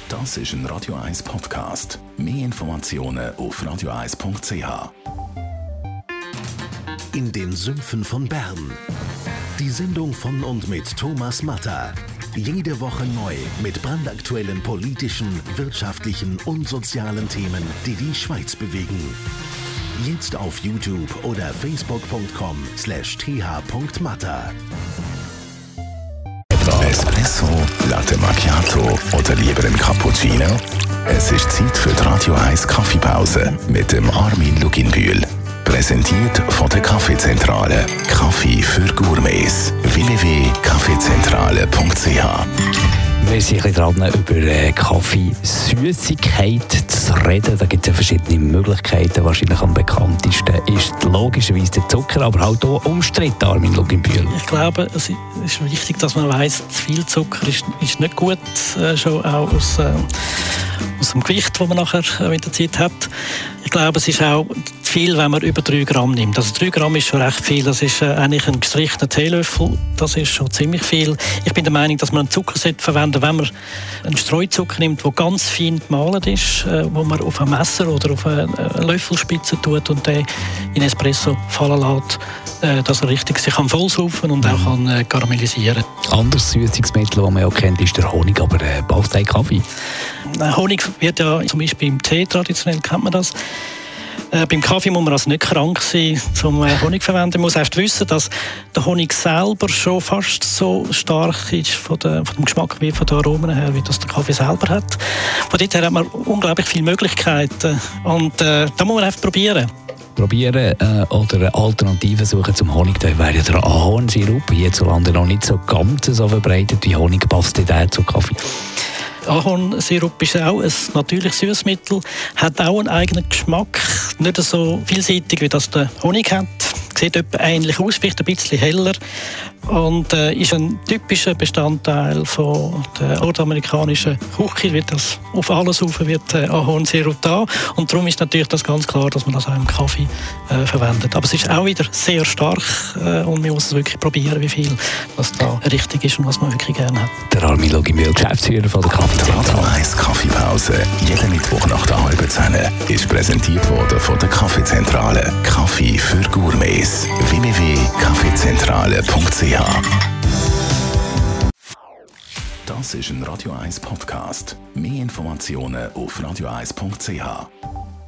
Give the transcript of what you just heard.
Das ist ein Radio 1 Podcast. Mehr Informationen auf radio1.ch. In den Sümpfen von Bern. Die Sendung von und mit Thomas Matter. Jede Woche neu mit brandaktuellen politischen, wirtschaftlichen und sozialen Themen, die die Schweiz bewegen. Jetzt auf YouTube oder facebook.com/th.matter. Espresso, Latte Macchiato oder lieber ein Cappuccino? Es ist Zeit für die Radio 1 Kaffeepause mit dem Armin Luginbühl. Präsentiert von der Kaffeezentrale. Kaffee für Gourmets. www.kaffeezentrale.ch. Wir sind ein bisschen dran, über Kaffeesüssigkeit zu reden. Da gibt es ja verschiedene Möglichkeiten. Wahrscheinlich am bekanntesten ist logischerweise der Zucker, aber halt auch umstritten, Armin Luginbühl. Ich glaube, es ist wichtig, dass man weiss, zu viel Zucker ist nicht gut, schon auch aus dem Gewicht, das man nachher mit der Zeit hat. Ich glaube, es ist auch zu viel, wenn man über 3 Gramm nimmt. Also 3 Gramm ist schon recht viel. Das ist eigentlich ein gestrichener Teelöffel. Das ist schon ziemlich viel. Ich bin der Meinung, dass man einen Zucker verwenden sollte, wenn man einen Streuzucker nimmt, der ganz fein gemahlen ist, wo man auf ein Messer oder auf eine Löffelspitze tut und den in Espresso fallen lässt, dass er richtig sich vollsaufen und auch kann karamellisieren. Anderes Süßungsmittel, das man auch kennt, ist der Honig, aber passt ein Kaffee? Honig wird ja zum Beispiel im Tee traditionell, kennt man das. Beim Kaffee muss man also nicht krank sein, um Honig zu verwenden. Man muss erst wissen, dass der Honig selber schon fast so stark ist von dem Geschmack wie von den Aromen her, wie das der Kaffee selber hat. Von dort her hat man unglaublich viele Möglichkeiten. Und da muss man einfach probieren oder Alternativen suchen zum Honig. Da wäre ja der Ahornsirup hierzulande noch nicht so ganz so verbreitet wie Honig. Passt der zum Kaffee? Ahornsirup ist auch ein natürliches Süßmittel, hat auch einen eigenen Geschmack, nicht so vielseitig wie das der Honig hat. Sieht etwa ähnlich aus, vielleicht ein bisschen heller und ist ein typischer Bestandteil von der nordamerikanischen Küche. Wird das auf alles rauf wird Ahornsirup da und darum ist natürlich das ganz klar, dass man das auch im Kaffee verwendet. Aber es ist auch wieder sehr stark und man muss es wirklich probieren, wie viel das da richtig ist und was man wirklich gerne hat. Der Armin Luginbühl, Geschäftsführer von der Kaffeezentrale. Radio 1 Kaffeepause. Jeden Mittwoch nach der halben 10 ist präsentiert worden von der Kaffeezentrale. Kaffee für Gourmets. www.kaffeezentrale.ch. Das ist ein Radio 1 Podcast. Mehr Informationen auf radio1.ch.